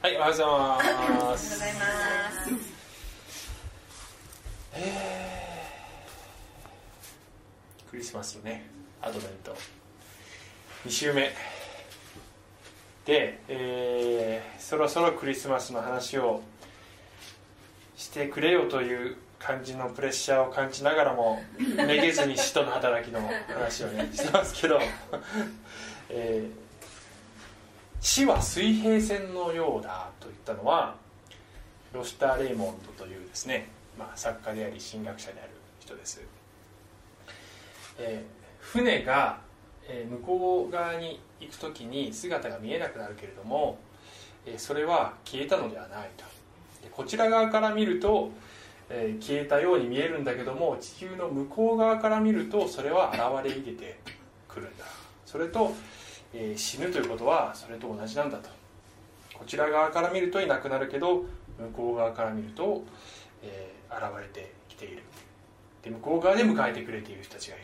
はい、おはようございます。 おはようございます。 クリスマスのね、アドベント2週目で、そろそろクリスマスの話をしてくれよという感じのプレッシャーを感じながらもめげずに使徒の働きの話をねしてますけど、死は水平線のようだと言ったのはロシュター・レイモンドというですね、作家であり神学者である人です。船が、向こう側に行くときに姿が見えなくなるけれども、それは消えたのではないと。でこちら側から見ると、消えたように見えるんだけども、地球の向こう側から見るとそれは現れ入れてくるんだ。それと死ぬということはそれと同じなんだと。こちら側から見るといなくなるけど、向こう側から見ると、現れてきている。で向こう側で迎えてくれている人たちがい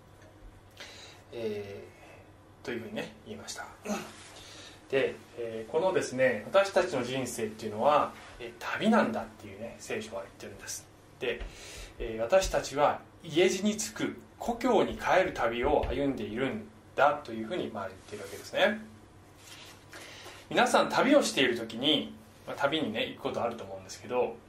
る、というふうにね言いました。で、このですね、私たちの人生っていうのは、旅なんだっていうね聖書は言ってるんです。で、私たちは家路につく故郷に帰る旅を歩んでいるんだというふうに言っているわけですね。皆さん旅をしている時に、旅にね行くことあると思うんですけど、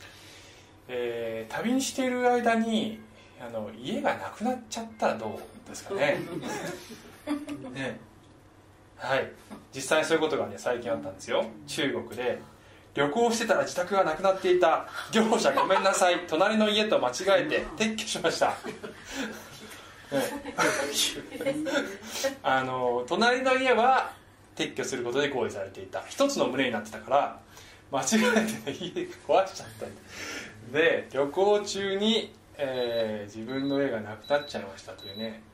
旅にしている間に家がなくなっちゃったらどうですかね。ね、はい、実際そういうことがね最近あったんですよ。中国で旅行してたら自宅がなくなっていた、業者ごめんなさい、隣の家と間違えて撤去しました。隣の家は撤去することで合意されていた、一つの棟になってたから間違えて、ね、家壊しちゃったんで、旅行中に、自分の家がなくなっちゃいましたというね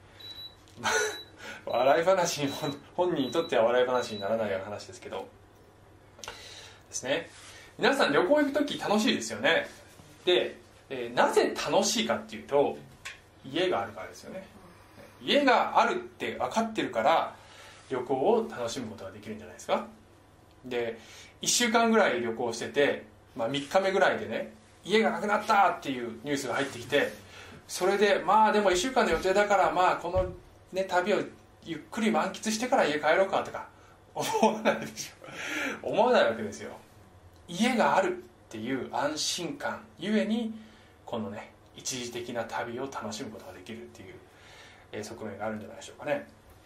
笑い話に、本人にとっては笑い話にならないような話ですけどですね。皆さん旅行行くとき楽しいですよね。で、なぜ楽しいかっていうと、家があるからですよね。家があるって分かってるから旅行を楽しむことができるんじゃないですか。で、1週間ぐらい旅行してて、3日目ぐらいでね、家がなくなったっていうニュースが入ってきて、それででも1週間の予定だからこの、ね、旅をゆっくり満喫してから家帰ろうかとか思わないでしょ。思わないわけですよ。家があるっていう安心感ゆえに、このね一時的な旅を楽しむことができるっていう、側面があるんじゃないでしょうかね。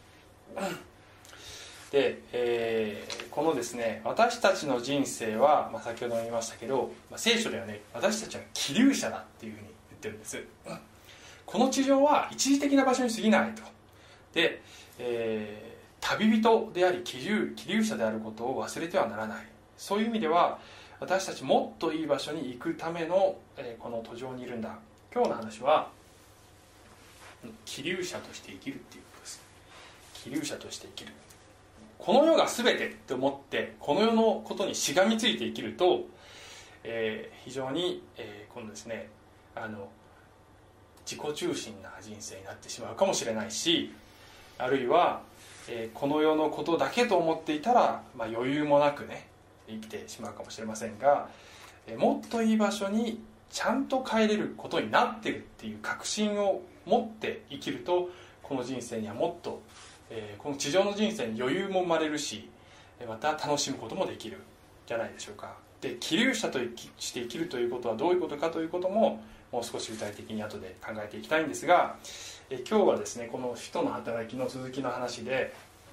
で、このですね、私たちの人生は、先ほども言いましたけど、聖書ではね、私たちは気流者だっていうふうに言ってるんです。この地上は一時的な場所に過ぎないと。で、旅人であり気流者であることを忘れてはならない。そういう意味では私たちもっといい場所に行くための、この途上にいるんだ。今日の話は気流者として生きるっていうことです。気流者として生きる。この世が全てと思ってこの世のことにしがみついて生きると、非常に、このですね、自己中心な人生になってしまうかもしれないし、あるいは、この世のことだけと思っていたら、余裕もなくね生きてしまうかもしれませんが、もっといい場所にちゃんと帰れることになっているっていう確信を持って生きると、この人生にはもっと、この地上の人生に余裕も生まれるし、また楽しむこともできるじゃないでしょうか。で、気流者として生きるということはどういうことかということももう少し具体的に後で考えていきたいんですが、今日はですね、この使徒の働きの続きの話で、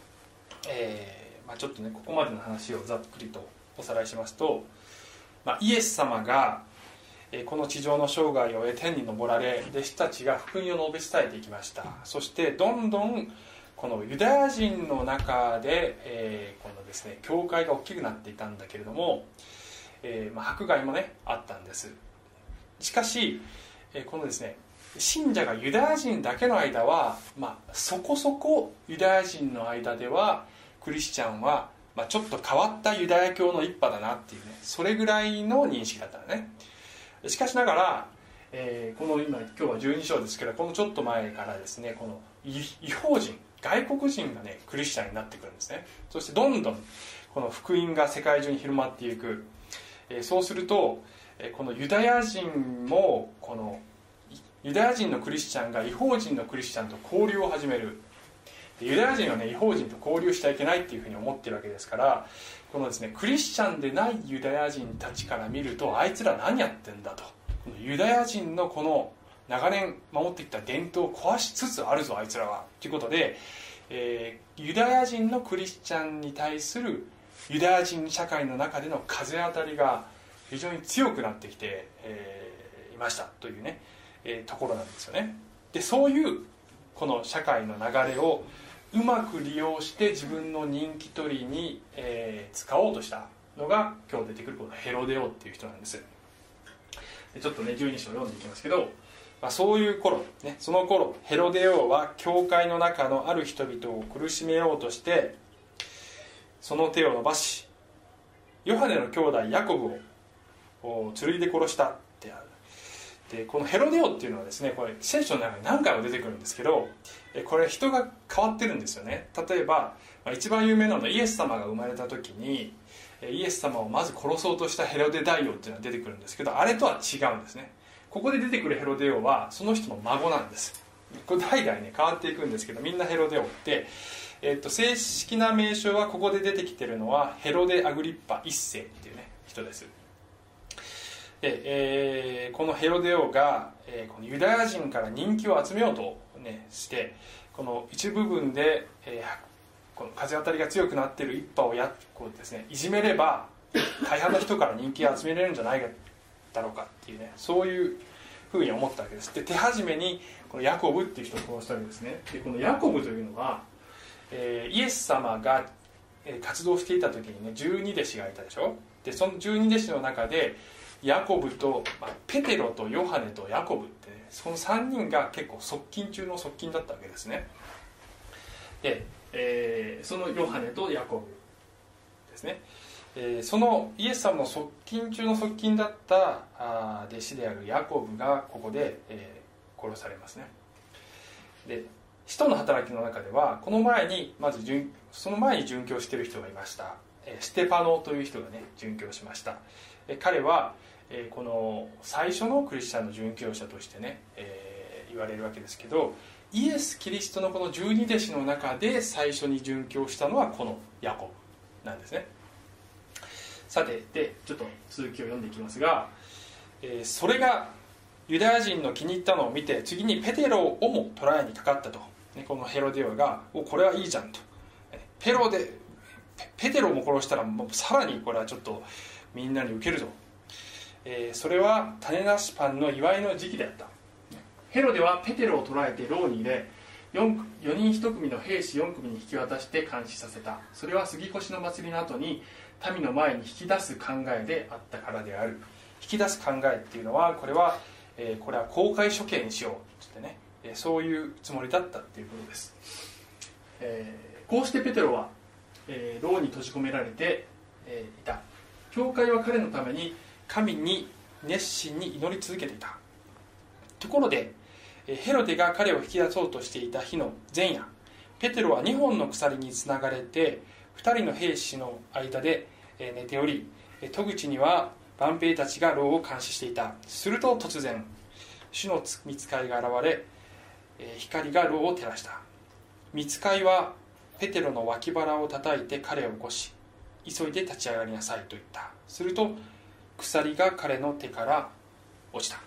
ちょっとねここまでの話をざっくりとおさらいしますと、イエス様がこの地上の生涯を終え天に昇られ、弟子たちが福音を述べ伝えていきました。そしてどんどんこのユダヤ人の中で、このですね教会が大きくなっていたんだけれども、迫害もねあったんです。しかし、このですね信者がユダヤ人だけの間は、そこそこユダヤ人の間ではクリスチャンは、ちょっと変わったユダヤ教の一派だなっていうね、それぐらいの認識だったのね。しかしながら、この今日は12章ですけど、このちょっと前からですね、この異邦人外国人がねクリスチャンになってくるんですね。そしてどんどんこの福音が世界中に広まっていく。そうするとこのユダヤ人もこのユダヤ人のクリスチャンが異邦人のクリスチャンと交流を始める。ユダヤ人はね、異邦人と交流しちゃいけないっていうふうに思ってるわけですから、このですね、クリスチャンでないユダヤ人たちから見ると、あいつら何やってんだと、このユダヤ人のこの長年守ってきた伝統を壊しつつあるぞあいつらはということで、ユダヤ人のクリスチャンに対するユダヤ人社会の中での風当たりが非常に強くなってきて、いましたというね、ところなんですよね。でそういうこの社会の流れをうまく利用して自分の人気取りに、使おうとしたのが今日出てくるこのヘロデオっていう人なんです。でちょっとね12章読んでいきますけど、そういう頃、ね、その頃ヘロデオは教会の中のある人々を苦しめようとしてその手を伸ばしヨハネの兄弟ヤコブを剣で殺したってある。でこのヘロデオっていうのはですね、これ聖書の中に何回も出てくるんですけど、これ人が変わってるんですよね。例えば一番有名なのはイエス様が生まれた時にイエス様をまず殺そうとしたヘロデ大王っていうのが出てくるんですけど、あれとは違うんですね。ここで出てくるヘロデ王はその人の孫なんです。これ代々ね変わっていくんですけど、みんなヘロデ王って、正式な名称はここで出てきてるのはヘロデ・アグリッパ一世っていうね人です。で、このヘロデ王が、このユダヤ人から人気を集めようと、ね、してこの一部分で、この風当たりが強くなっている一派をこうですね、いじめれば大半の人から人気を集めれるんじゃないだろうかっていうね、そういうふうに思ったわけです。で手始めにこのヤコブっていう人を殺したわけですね。でこのヤコブというのは、イエス様が活動していた時にね12弟子がいたでしょ。でその12弟子の中でヤコブと、ペテロとヨハネとヤコブって、ね、その3人が結構側近中の側近だったわけですね。で、そのヨハネとヤコブですね、そのイエス様の側近中の側近だった弟子であるヤコブがここで、殺されますね。で使徒の働きの中ではこの前にその前に殉教している人がいました。ステパノという人がね殉教しました。彼はこの最初のクリスチャンの殉教者としてね、言われるわけですけど、イエス・キリストのこの12弟子の中で最初に殉教したのはこのヤコブなんですね。さてでちょっと続きを読んでいきますが、それがユダヤ人の気に入ったのを見て次にペテロをも捕らえにかかったと、このヘロデオがこれはいいじゃんと、ペテロも殺したらもうさらにこれはちょっとみんなに受けるぞ。それは種なしパンの祝いの時期であった。ヘロデはペテロを捕らえて牢に入れ 4人1組の兵士4組に引き渡して監視させた。それは杉越の祭りの後に民の前に引き出す考えであったからである。引き出す考えっていうのはこれは公開処刑にしようってね、そういうつもりだったっていうことです。こうしてペテロは、牢に閉じ込められて、いた。教会は彼のために神に熱心に祈り続けていた。ところでヘロデが彼を引き出そうとしていた日の前夜、ペテロは2本の鎖につながれて2人の兵士の間で寝ており、戸口には万兵たちが牢を監視していた。すると突然主の御使いが現れ、光が牢を照らした。御使いはペテロの脇腹を叩いて彼を起こし、急いで立ち上がりなさいと言った。すると鎖が彼の手から落ちた。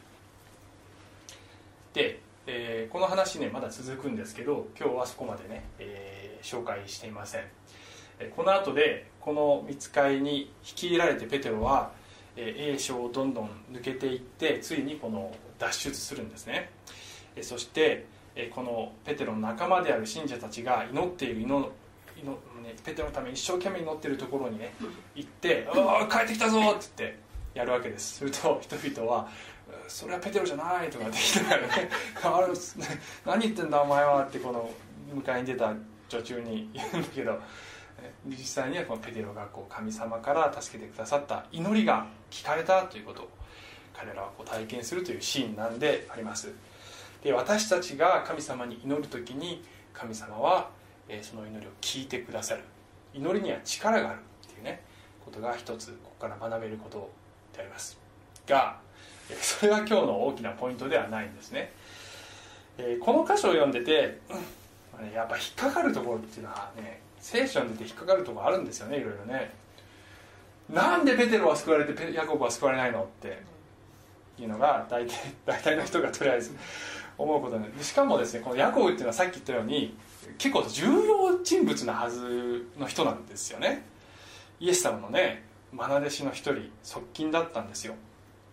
で、この話ねまだ続くんですけど、今日はそこまでね、紹介していません。この後でこの御使いに率いられてペテロは栄所をどんどん抜けていって、ついにこの脱出するんですね。そしてこのペテロの仲間である信者たちが祈っているペテロのために一生懸命祈っているところにね行って「帰ってきたぞ!」って言ってやるわけです。すると人々は「それはペテロじゃない」とかって言いながらね「何言ってんだお前は」ってこの迎えに出た女中に言うんだけど、実際にはこのペテロが神様から助けてくださった祈りが聞かれたということを彼らは体験するというシーンなんであります。で私たちが神様に祈るときに神様はその祈りを聞いてくださる祈りには力があるっていうねことが一つここから学べることでありますが、それは今日の大きなポイントではないんですね。この箇所を読んでて、やっぱ引っかかるところっていうのはね、聖書を読んでて引っかかるところあるんですよね、いろいろね。なんでペテロは救われてヤコブは救われないのっていうのが大体の人がとりあえず思うことで、しかもですね、このヤコブっていうのはさっき言ったように結構重要人物なはずの人なんですよね。イエス様のね愛弟子の一人、側近だったんですよ。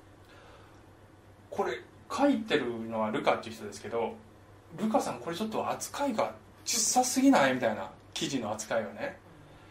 これ書いてるのはルカっていう人ですけど、ルカさんこれちょっと扱いが小さすぎないみたいな記事の扱いがね、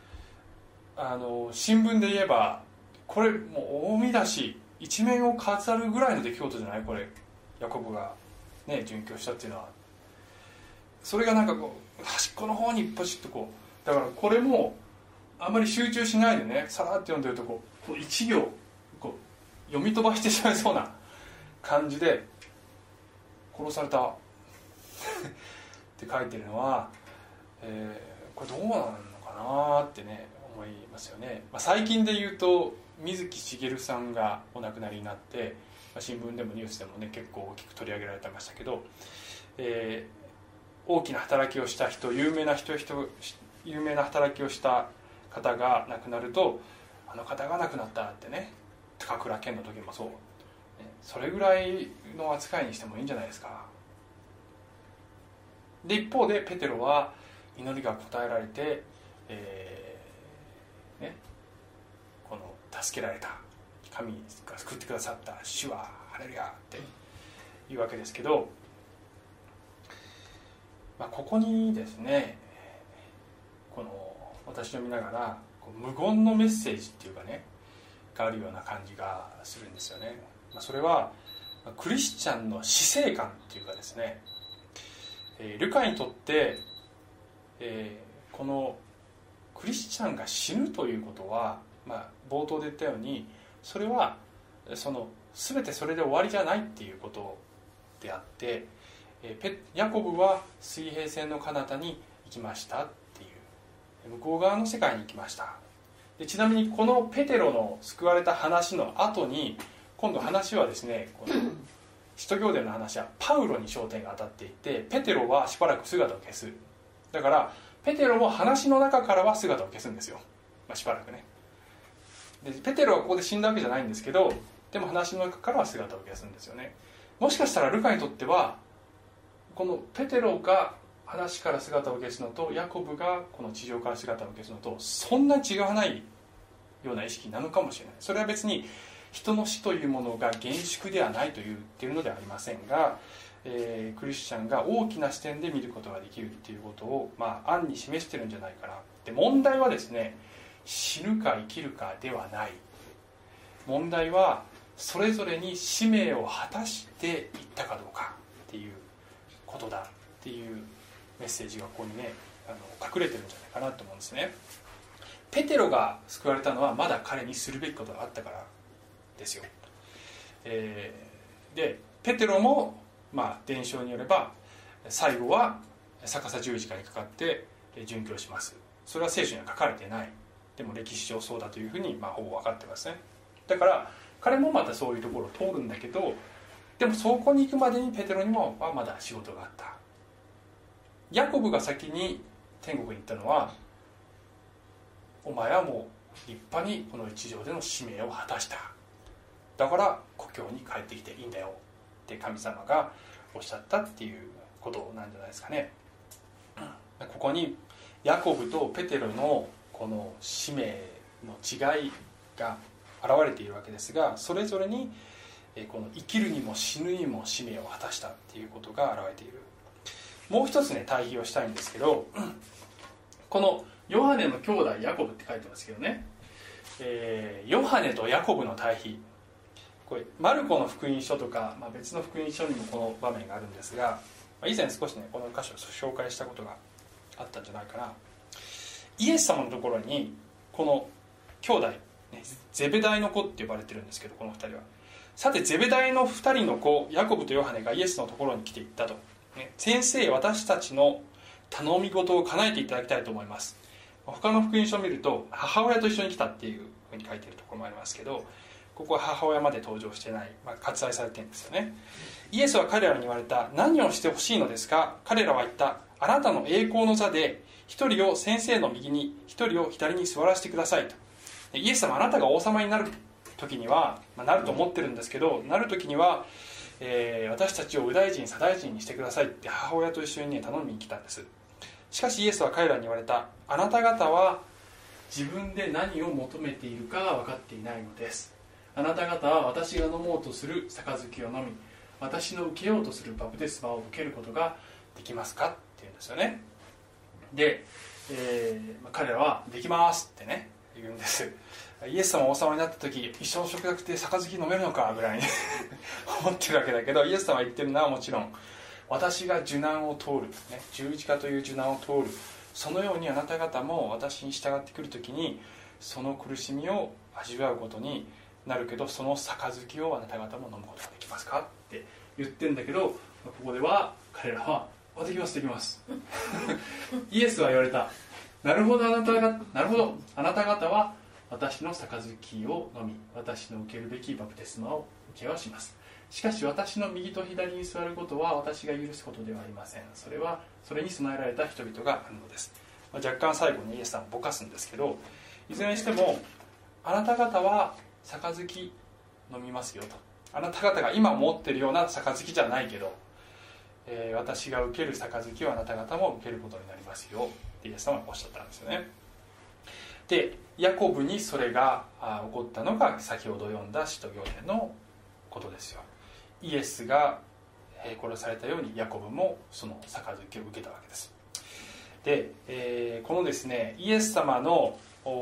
新聞で言えばこれもう大見出し一面を飾るぐらいの出来事じゃない？これヤコブがね殉教したっていうのは。それがなんかこう端っこの方にポチッとこう、だからこれもあんまり集中しないでね、さらっと読んでるとこう一行こう読み飛ばしてしまいそうな感じで殺されたって書いてるのは、これどうなのかなってね思いますよね。最近で言うと水木しげるさんがお亡くなりになって、新聞でもニュースでもね結構大きく取り上げられてましたけど、大きな働きをした人、有名な働きをした方が亡くなると、あの方が亡くなったってね、高倉健の時もそう、それぐらいの扱いにしてもいいんじゃないですか。で一方でペテロは祈りが応えられて、この助けられた、神が救ってくださった主はハレルヤっていうわけですけど、ここにですね、この私読みながら無言のメッセージっていうかねがあるような感じがするんですよね。それはクリスチャンの死生観っていうかですね、ルカにとって、このクリスチャンが死ぬということは、冒頭で言ったようにそれは全てそれで終わりじゃないっていうことであって、ヤコブは水平線の彼方に行きましたっていう、向こう側の世界に行きました。でちなみにこのペテロの救われた話の後に今度話はですね、この使徒行伝の話はパウロに焦点が当たっていて、ペテロはしばらく姿を消す。だからペテロも話の中からは姿を消すんですよ、しばらくね。でペテロはここで死んだわけじゃないんですけど、でも話の中からは姿を消すんですよね。もしかしたらルカにとってはこのペテロが話から姿を消すのとヤコブがこの地上から姿を消すのとそんな違わないような意識なのかもしれない。それは別に人の死というものが厳粛ではないと言っているのではありませんが、クリスチャンが大きな視点で見ることができるっていうことを、暗に示してるんじゃないかな。で問題はですね、死ぬか生きるかではない。問題はそれぞれに使命を果たしていったかどうかっていうことだっていうメッセージがここにね隠れてるんじゃないかなと思うんですね。ペテロが救われたのはまだ彼にするべきことがあったからですよ。でペテロも伝承によれば最後は逆さ十字架にかかって殉教します。それは聖書には書かれてない。でも歴史上そうだというふうにほぼ分かってますね。だから彼もまたそういうところを通るんだけど、でもそこに行くまでにペテロにもまだ仕事があった。ヤコブが先に天国に行ったのは、お前はもう立派にこの地上での使命を果たした、だから故郷に帰ってきていいんだよって神様がおっしゃったっていうことなんじゃないですかね。ここにヤコブとペテロのこの使命の違いが現れているわけですが、それぞれにこの生きるにも死ぬにも使命を果たしたっていうことが現れている。もう一つね対比をしたいんですけど、このヨハネの兄弟ヤコブって書いてますけどね、ヨハネとヤコブの対比、これマルコの福音書とか、別の福音書にもこの場面があるんですが、以前少しねこの箇所を紹介したことがあったんじゃないかな。イエス様のところにこの兄弟、ゼベダイの子って呼ばれてるんですけど、この2人はさてゼベダイの2人の子ヤコブとヨハネがイエスのところに来ていったと、先生私たちの頼み事を叶えていただきたいと思います。 他の福音書を見ると母親と一緒に来たっていうふうに書いているところもありますけど、ここは母親まで登場してない、割愛されてるんですよね。イエスは彼らに言われた。何をしてほしいのですか。彼らは言った。あなたの栄光の座で一人を先生の右に一人を左に座らせてくださいと。イエス様、あなたが王様になる時には、なると思ってるんですけど、なる時には、私たちを右大臣左大臣にしてくださいって母親と一緒にね頼みに来たんです。しかしイエスは彼らに言われた。あなた方は自分で何を求めているかが分かっていないのです。あなた方は私が飲もうとする杯を飲み、私の受けようとするバプテスマを受けることができますかって言うんですよね。で、彼らはできますってね言うんです。イエス様王様になった時、一生食卓で杯飲めるのかぐらいに思ってるわけだけど、イエス様が言ってるのはもちろん、私が受難を通る、ね、十字架という受難を通る、そのようにあなた方も私に従ってくるときにその苦しみを味わうことになるけど、その杯をあなた方も飲むことができますかって言ってるんだけど、ここでは彼らはできますできますイエスは言われた。なるほど、あなた方は私の杯を飲み、私の受けるべきバプテスマを受けはします。しかし私の右と左に座ることは私が許すことではありません。それに備えられた人々があるのです。若干最後にイエスさんをぼかすんですけど、いずれにしてもあなた方は杯飲みますよと。あなた方が今持っているような杯じゃないけど、私が受ける杯をあなた方も受けることになりますよってイエス様はおっしゃったんですよね。で、ヤコブにそれが起こったのが先ほど読んだ使徒行伝のことですよ。イエスが殺されたようにヤコブもその杯を受けたわけです。で、このですね、イエス様の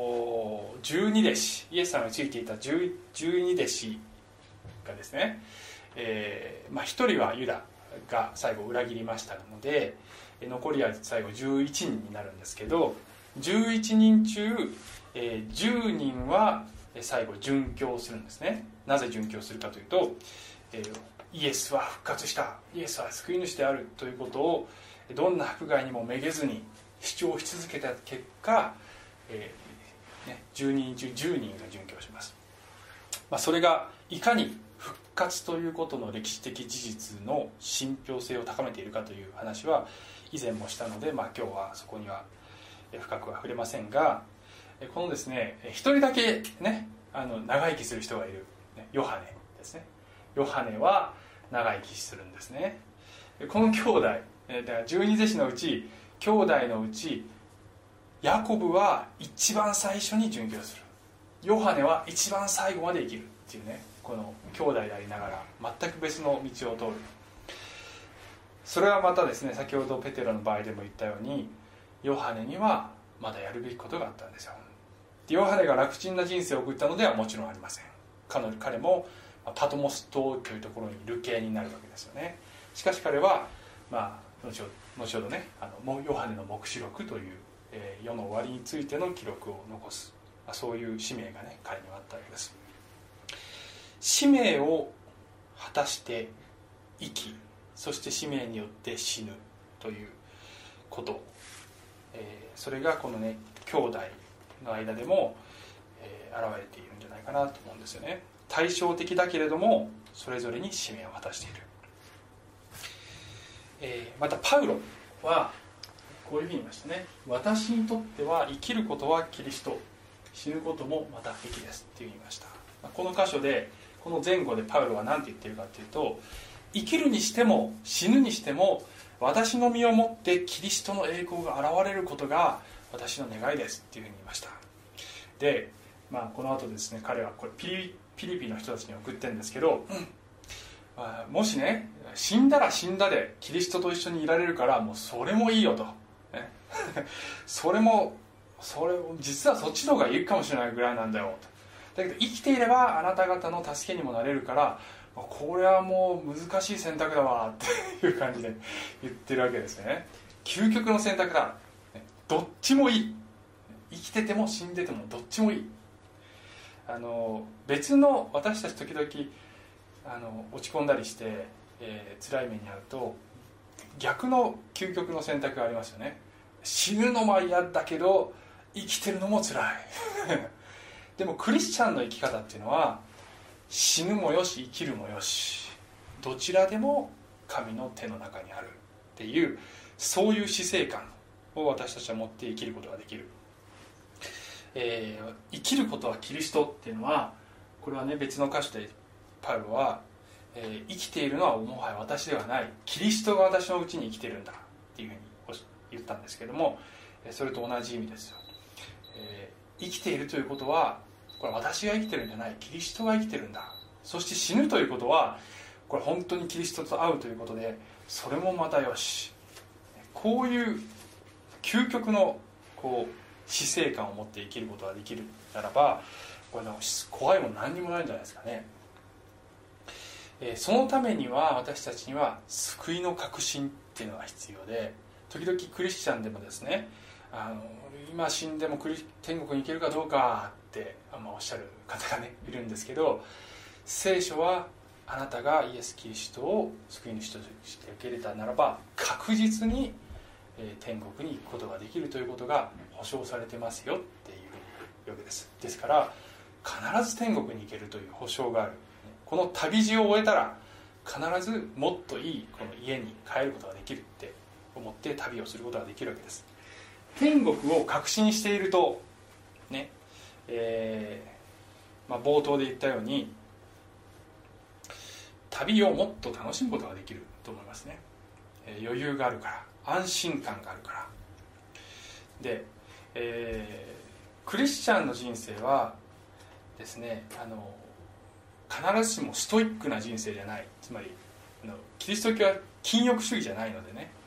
12弟子、イエス様についていた12弟子がですね、1人はユダが最後裏切りましたので、残りは最後11人になるんですけど、11人中10人は最後殉教するんですね。なぜ殉教するかというと、イエスは復活した、イエスは救い主であるということをどんな迫害にもめげずに主張し続けた結果、10人中10人が殉教します。それがいかに復活ということの歴史的事実の信憑性を高めているかという話は以前もしたので、今日はそこには深くは触れませんが、このですね、一人だけね、長生きする人がいる、ヨハネですね。ヨハネは長生きするんですね。この兄弟、だから12弟子のうち兄弟のうちヤコブは一番最初に殉教する、ヨハネは一番最後まで生きるっていうね、この兄弟でありながら全く別の道を通る。それはまたですね、先ほどペテロの場合でも言ったように、ヨハネにはまだやるべきことがあったんですよ。ヨハネが楽ちんな人生を送ったのではもちろんありません。彼もパトモス島というところに流刑になるわけですよね。しかし彼は、後ほどね、ヨハネの黙示録という、世の終わりについての記録を残す、そういう使命がね彼にはあったわけです。使命を果たして生き、そして使命によって死ぬということ、それがこのね兄弟の間でも、現れているんじゃないかなと思うんですよね。対照的だけれどもそれぞれに使命を果たしている。またパウロはこういうふうに言いましたね。私にとっては生きることはキリスト、死ぬこともまた益ですって言いました。この箇所で、この前後でパウロは何て言ってるかというと、生きるにしても死ぬにしても私の身をもってキリストの栄光が現れることが私の願いですっていうふうに言いました。で、この後ですね、彼はこれピリピの人たちに送ってるんですけど、もしね死んだら死んだでキリストと一緒にいられるからもうそれもいいよと、ね、それ実はそっちの方がいいかもしれないぐらいなんだよと。だけど生きていればあなた方の助けにもなれるから、これはもう難しい選択だわっていう感じで言ってるわけですね。究極の選択だ、どっちもいい、生きてても死んでてもどっちもいい。別の私たち時々落ち込んだりして、辛い目に遭うと逆の究極の選択がありますよね。死ぬのも嫌だけど生きてるのも辛いでもクリスチャンの生き方っていうのは、死ぬもよし生きるもよし、どちらでも神の手の中にあるっていう、そういう死生観を私たちは持って生きることができる。生きることはキリストっていうのは、これはね、別の箇所でパウロは、生きているのはもはや私ではない、キリストが私のうちに生きているんだっていうふうに言ったんですけども、それと同じ意味ですよ。生きているということは、これは私が生きてるんじゃない、キリストが生きてるんだ。そして死ぬということは、これ本当にキリストと会うということで、それもまたよし。こういう究極の死生観を持って生きることができるならば、これ怖いもの何にもないんじゃないですかね。そのためには私たちには救いの確信っていうのが必要で、時々クリスチャンでもですね、今死んでも天国に行けるかどうかっておっしゃる方がねいるんですけど、聖書はあなたがイエス・キリストを救い主として受け入れたならば、確実に天国に行くことができるということが保証されてますよっていうわけです。ですから必ず天国に行けるという保証がある。この旅路を終えたら必ずもっといいこの家に帰ることができるって思って旅をすることができるわけです。天国を確信しているとね、冒頭で言ったように旅をもっと楽しむことができると思いますね。余裕があるから、安心感があるからで、クリスチャンの人生はですね、必ずしもストイックな人生じゃない。つまりキリスト教は禁欲主義じゃないのでね、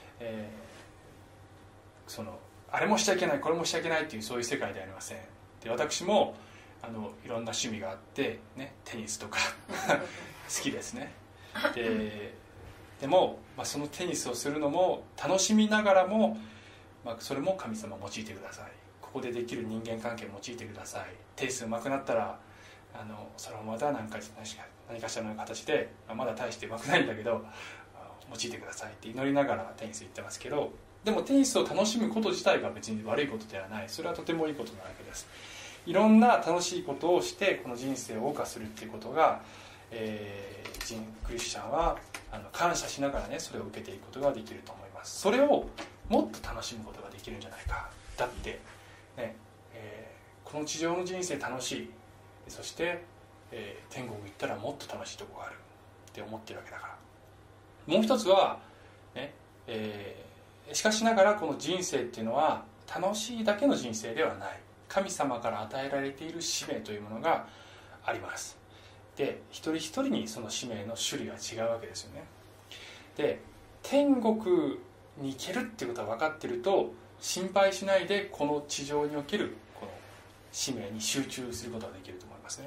あれもしちゃいけないこれもしちゃいけないっていうそういう世界ではありません。で、私もいろんな趣味があって、ね、テニスとか好きですね。でも、そのテニスをするのも楽しみながらも、それも神様を用いてください。ここでできる人間関係を用いてください。テニス上手くなったらそれをまた何かしらの形で、まだ大して上手くないんだけど用いてくださいって祈りながらテニス行ってますけど、でもテニスを楽しむこと自体が別に悪いことではない。それはとてもいいことなわけです。いろんな楽しいことをしてこの人生を謳歌するっていうことが、クリスチャンは感謝しながらね、それを受けていくことができると思います。それをもっと楽しむことができるんじゃないか。だって、ねこの地上の人生楽しい、そして、天国行ったらもっと楽しいところがあるって思ってるわけだから。もう一つは、ねしかしながらこの人生っていうのは楽しいだけの人生ではない。神様から与えられている使命というものがあります。で、一人一人にその使命の種類が違うわけですよね。で、天国に行けるっていうことが分かっていると、心配しないでこの地上におけるこの使命に集中することができると思いますね。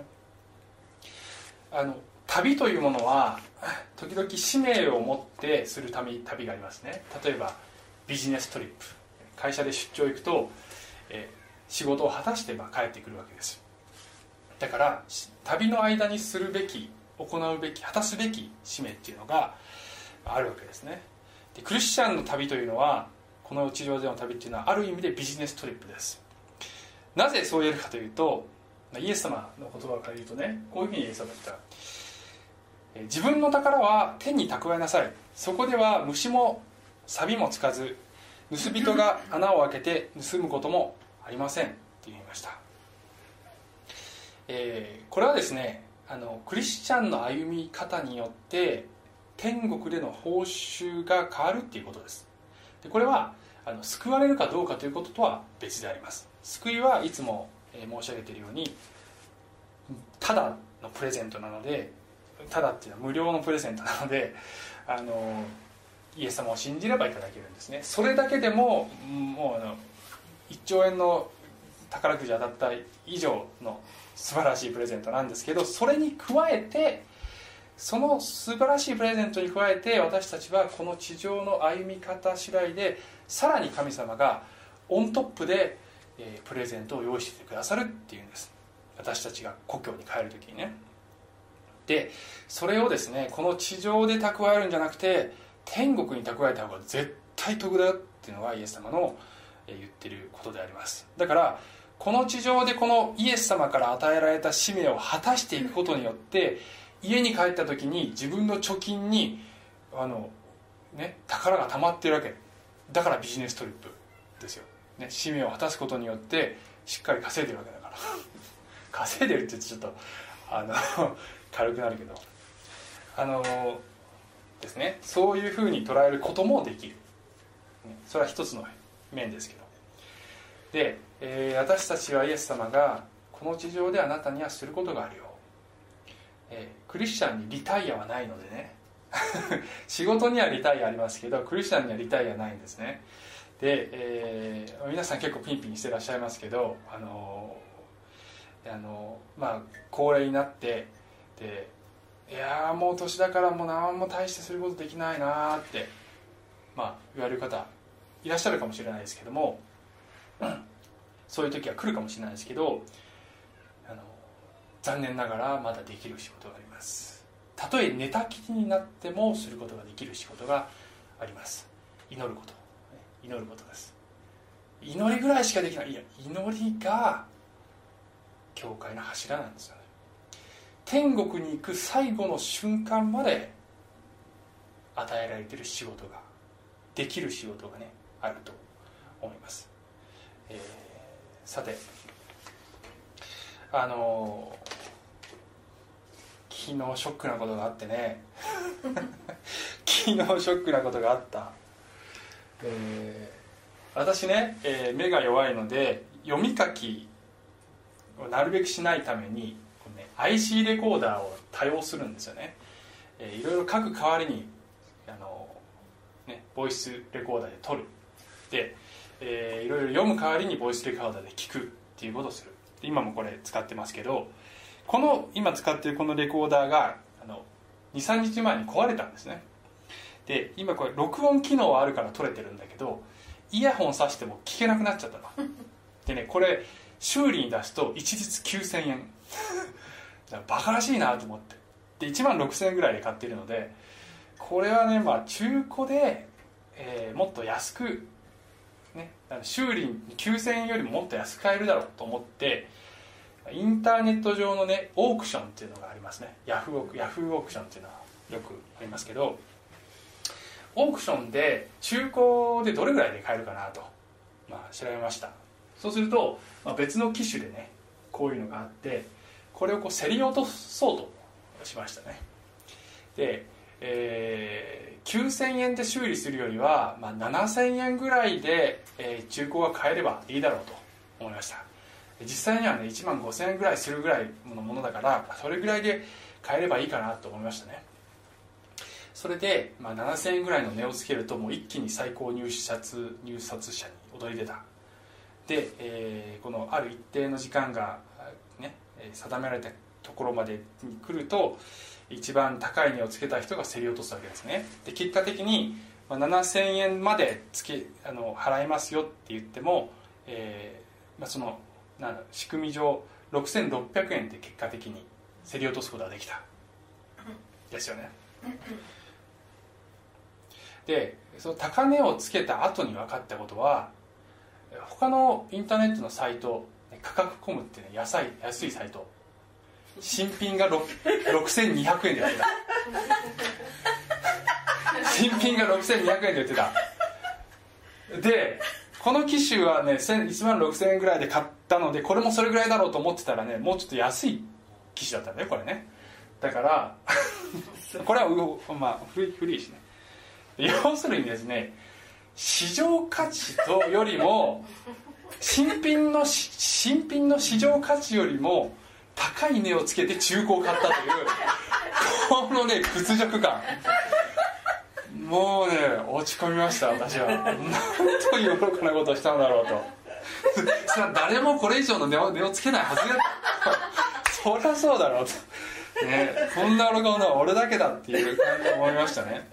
旅というものは時々使命を持ってする旅がありますね。例えばビジネストリップ、会社で出張行くと、仕事を果たして帰ってくるわけです。だから旅の間にするべき、行うべき、果たすべき使命っていうのがあるわけですね。で、クリスチャンの旅というのは、この地上での旅っていうのはある意味でビジネストリップです。なぜそう言えるかというと、イエス様の言葉から言うとね、こういうふうにイエス様が言った。自分の宝は天に蓄えなさい。そこでは虫も錆もつかず、盗人が穴を開けて盗むこともありませんって言いました。これはですね、クリスチャンの歩み方によって天国での報酬が変わるっていうことです。で、これは救われるかどうかということとは別であります。救いはいつも申し上げているようにただのプレゼントなので、ただっていうのは無料のプレゼントなので、イエス様を信じればいただけるんですね。それだけでももう1兆円の宝くじ当たった以上の素晴らしいプレゼントなんですけど、それに加えて、その素晴らしいプレゼントに加えて、私たちはこの地上の歩み方次第でさらに神様がオントップでプレゼントを用意してくださるっていうんです。私たちが故郷に帰るときにね。で、それをですね、この地上で蓄えるんじゃなくて天国に蓄えた方が絶対得だよっていうのがイエス様の言っていることであります。だからこの地上でこのイエス様から与えられた使命を果たしていくことによって、家に帰った時に自分の貯金に宝が溜まっているわけだから、ビジネストリップですよ、ね、使命を果たすことによってしっかり稼いでるわけだから稼いでるって言ってちょっと軽くなるけどですね、そういうふうに捉えることもできる、それは一つの面ですけど、で、私たちはイエス様がこの地上であなたにはすることがあるよ、クリスチャンにリタイアはないのでね仕事にはリタイアありますけど、クリスチャンにはリタイアないんですね。で、皆さん結構ピンピンしてらっしゃいますけど、高齢になって、で、いやもう年だからもう何も大してすることできないなって、言われる方いらっしゃるかもしれないですけども、そういう時は来るかもしれないですけど、残念ながらまだできる仕事があります。たとえ寝たきりになってもすることができる仕事があります。祈ることです。祈りぐらいしかできない。いや、祈りが教会の柱なんですよね。天国に行く最後の瞬間まで与えられている仕事が、できる仕事がね、あると思います。さて、昨日ショックなことがあってね私ね、目が弱いので読み書きをなるべくしないために、IC レコーダーを多用するんですよね。いろいろ書く代わりにボイスレコーダーで撮る、で、いろいろ読む代わりにボイスレコーダーで聞くっていうことをする。今もこれ使ってますけど、この今使っているこのレコーダーが 2,3 日前に壊れたんですね。で、今これ録音機能はあるから撮れてるんだけど、イヤホンさしても聞けなくなっちゃったのでね、これ修理に出すと一律9000円バカらしいなと思って、で16,000円ぐらいで買っているので、これはね、中古で、もっと安くね、修理に9000円よりももっと安く買えるだろうと思って、インターネット上のね、オークションっていうのがありますね。ヤフーオークションっていうのはよくありますけど、オークションで中古でどれぐらいで買えるかなと、調べました。そうすると、別の機種でね、こういうのがあって、これを競り落とそうとしましたね。で、9,000円で修理するよりは、7,000円ぐらいで、中古が買えればいいだろうと思いました。実際にはね、15,000円ぐらいするぐらいのものだから、それぐらいで買えればいいかなと思いましたね。それで、7,000円ぐらいの値をつけると、もう一気に最高入札者に躍り出た。で、このある一定の時間が、ね、定められたところまでに来ると、一番高い値をつけた人が競り落とすわけですね。で、結果的に、7,000円まで払いますよって言っても、その仕組み上6,600円で結果的に競り落とすことができたですよね。で、その高値をつけた後に分かったことは、他のインターネットのサイト、価格コムってね、安いサイト、新品が6,200円で売ってた新品が6,200円で売ってた。で、この機種はね、16,000円ぐらいで買ったので、これもそれぐらいだろうと思ってたらね、もうちょっと安い機種だったんだよ、これね。だからこれは古いしね。要するにですね、市場価値とよりも新品の市場価値よりも高い値をつけて中古を買ったというこのね、屈辱感、もうね、落ち込みました。私はなんという愚かなことをしたんだろうとそれは誰もこれ以上の値をつけないはずだそりゃそうだろうと、ね、こんな愚か者は俺だけだっていう感じで思いましたね。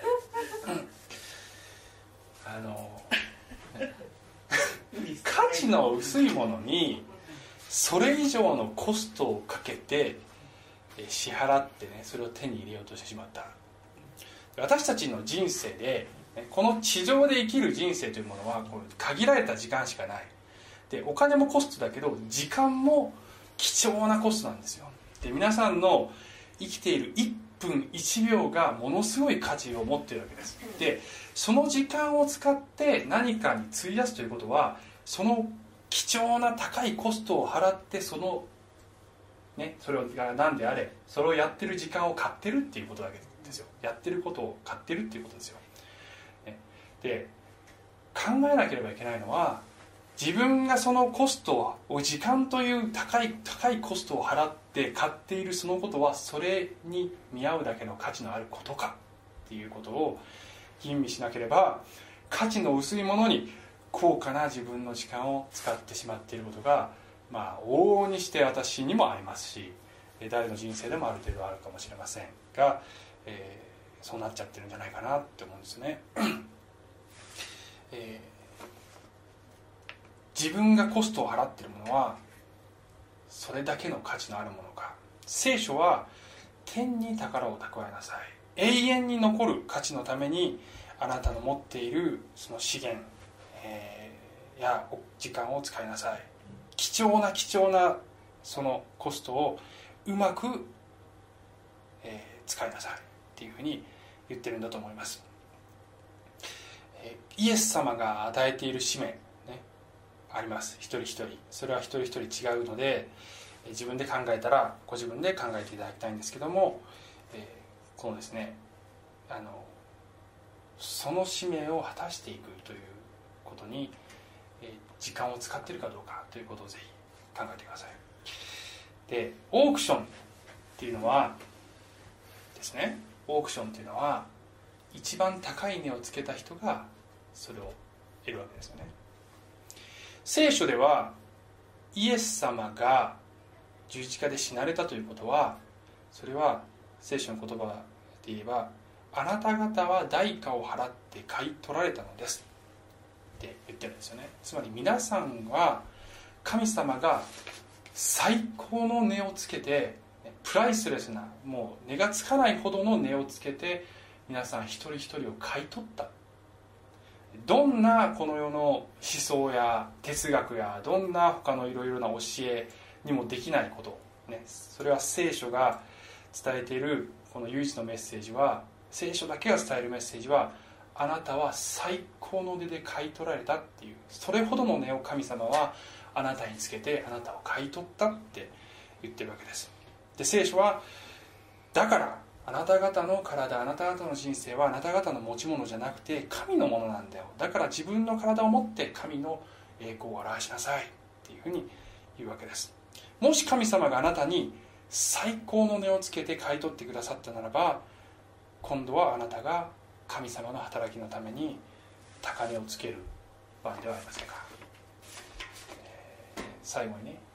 価値の薄いものにそれ以上のコストをかけて支払ってね、それを手に入れようとしてしまった。私たちの人生でこの地上で生きる人生というものはこう限られた時間しかない。でお金もコストだけど時間も貴重なコストなんですよ。で皆さんの生きている1分1秒がものすごい価値を持っているわけです。でその時間を使って何かに費やすということは、その貴重な高いコストを払ってそれが何であれそれをやってる時間を買ってるっていうことだけですよ。やってることを買ってるっていうことですよ。で考えなければいけないのは、自分がそのコストを時間という高いコストを払って買っているそのことはそれに見合うだけの価値のあることかっていうことを吟味しなければ、価値の薄いものに高価な自分の時間を使ってしまっていることが往々にして私にもありますし、誰の人生でもある程度あるかもしれませんが、そうなっちゃってるんじゃないかなって思うんですね。自分がコストを払っているものはそれだけの価値のあるものか。聖書は天に宝を蓄えなさい、永遠に残る価値のためにあなたの持っているその資源、や時間を使いなさい。貴重なそのコストをうまく、使いなさいっていうふうに言ってるんだと思います。イエス様が与えている使命、あります。一人一人それは一人一人違うので、自分で考えたらご自分で考えていただきたいんですけども、このですねその使命を果たしていくということに、時間を使っているかどうかということをぜひ考えてください。でオークションっていうのはですね、オークションっていうのは一番高い値をつけた人がそれを得るわけですよね。聖書ではイエス様が十字架で死なれたということは、それは聖書の言葉で言えば、あなた方は代価を払って買い取られたのですって言ってるんですよね。つまり皆さんは神様が最高の値をつけて、プライスレスな、もう値がつかないほどの値をつけて皆さん一人一人を買い取った。どんなこの世の思想や哲学やどんな他のいろいろな教えにもできないこと、それは聖書が伝えているこの唯一のメッセージは、聖書だけが伝えるメッセージは、あなたは最高の値で買い取られたっていう、それほどの値を神様はあなたにつけてあなたを買い取ったって言ってるわけです。で聖書はだからあなた方の体、あなた方の人生はあなた方の持ち物じゃなくて神のものなんだよ。だから自分の体を持って神の栄光を表しなさいっていうふうに言うわけです。もし神様があなたに最高の値をつけて買い取ってくださったならば、今度はあなたが神様の働きのために高値をつける番ではありませんか。最後にね、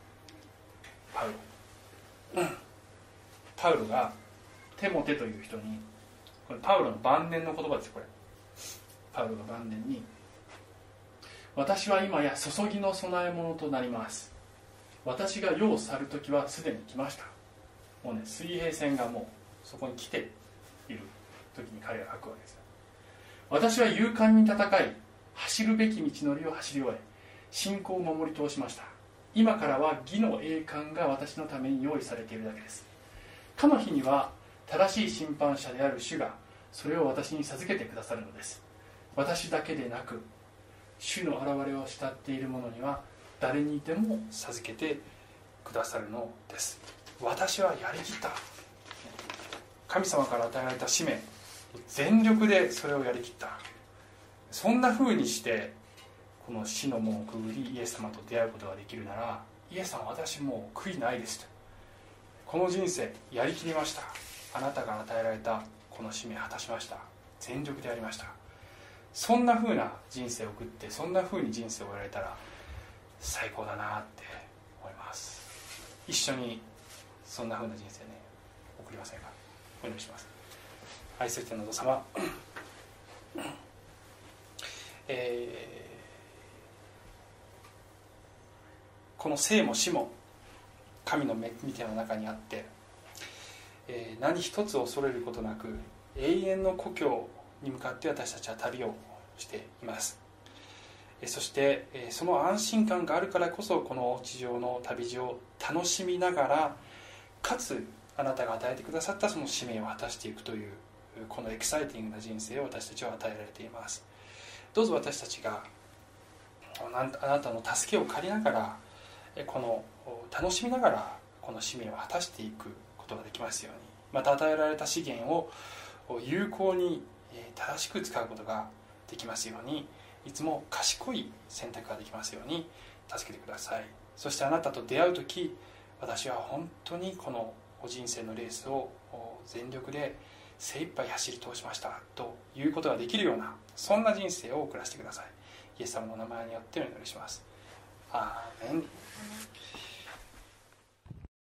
パウロがテモテという人に、これパウロの晩年の言葉です。これパウロが晩年に、私は今や注ぎの供え物となります。私が世を去る時はすでに来ました。もうね、水平線がもうそこに来ている時に彼が書くわけです。私は勇敢に戦い、走るべき道のりを走り終え、信仰を守り通しました。今からは義の栄冠が私のために用意されているだけです。かの日には正しい審判者である主がそれを私に授けてくださるのです。私だけでなく主の現れを慕っている者には誰にでも授けてくださるのです。私はやりきった。神様から与えられた使命、全力でそれをやりきった。そんな風にしてこの死の門をくぐりイエス様と出会うことができるなら、イエス様、私もう悔いないですと。この人生やりきりました。あなたが与えられたこの使命を果たしました。全力でやりました。そんな風な人生を送って、そんな風に人生を終えられたら最高だなって思います。一緒にそんな風な人生ね、送りませんか。お願いします。愛する天のお父様、この生も死も神の御手の中にあって、何一つ恐れることなく永遠の故郷に向かって私たちは旅をしています。そしてその安心感があるからこそ、この地上の旅路を楽しみながら、かつあなたが与えてくださったその使命を果たしていくという、このエキサイティングな人生を私たちは与えられています。どうぞ私たちがあなたの助けを借りながら、この楽しみながらこの使命を果たしていくことができますように、また与えられた資源を有効に正しく使うことができますように、いつも賢い選択ができますように助けてください。そしてあなたと出会うとき、私は本当にこの人生のレースを全力で精一杯走り通しましたということができるような、そんな人生を送らせてください。イエス様の名前によってお祈りします。アーメン。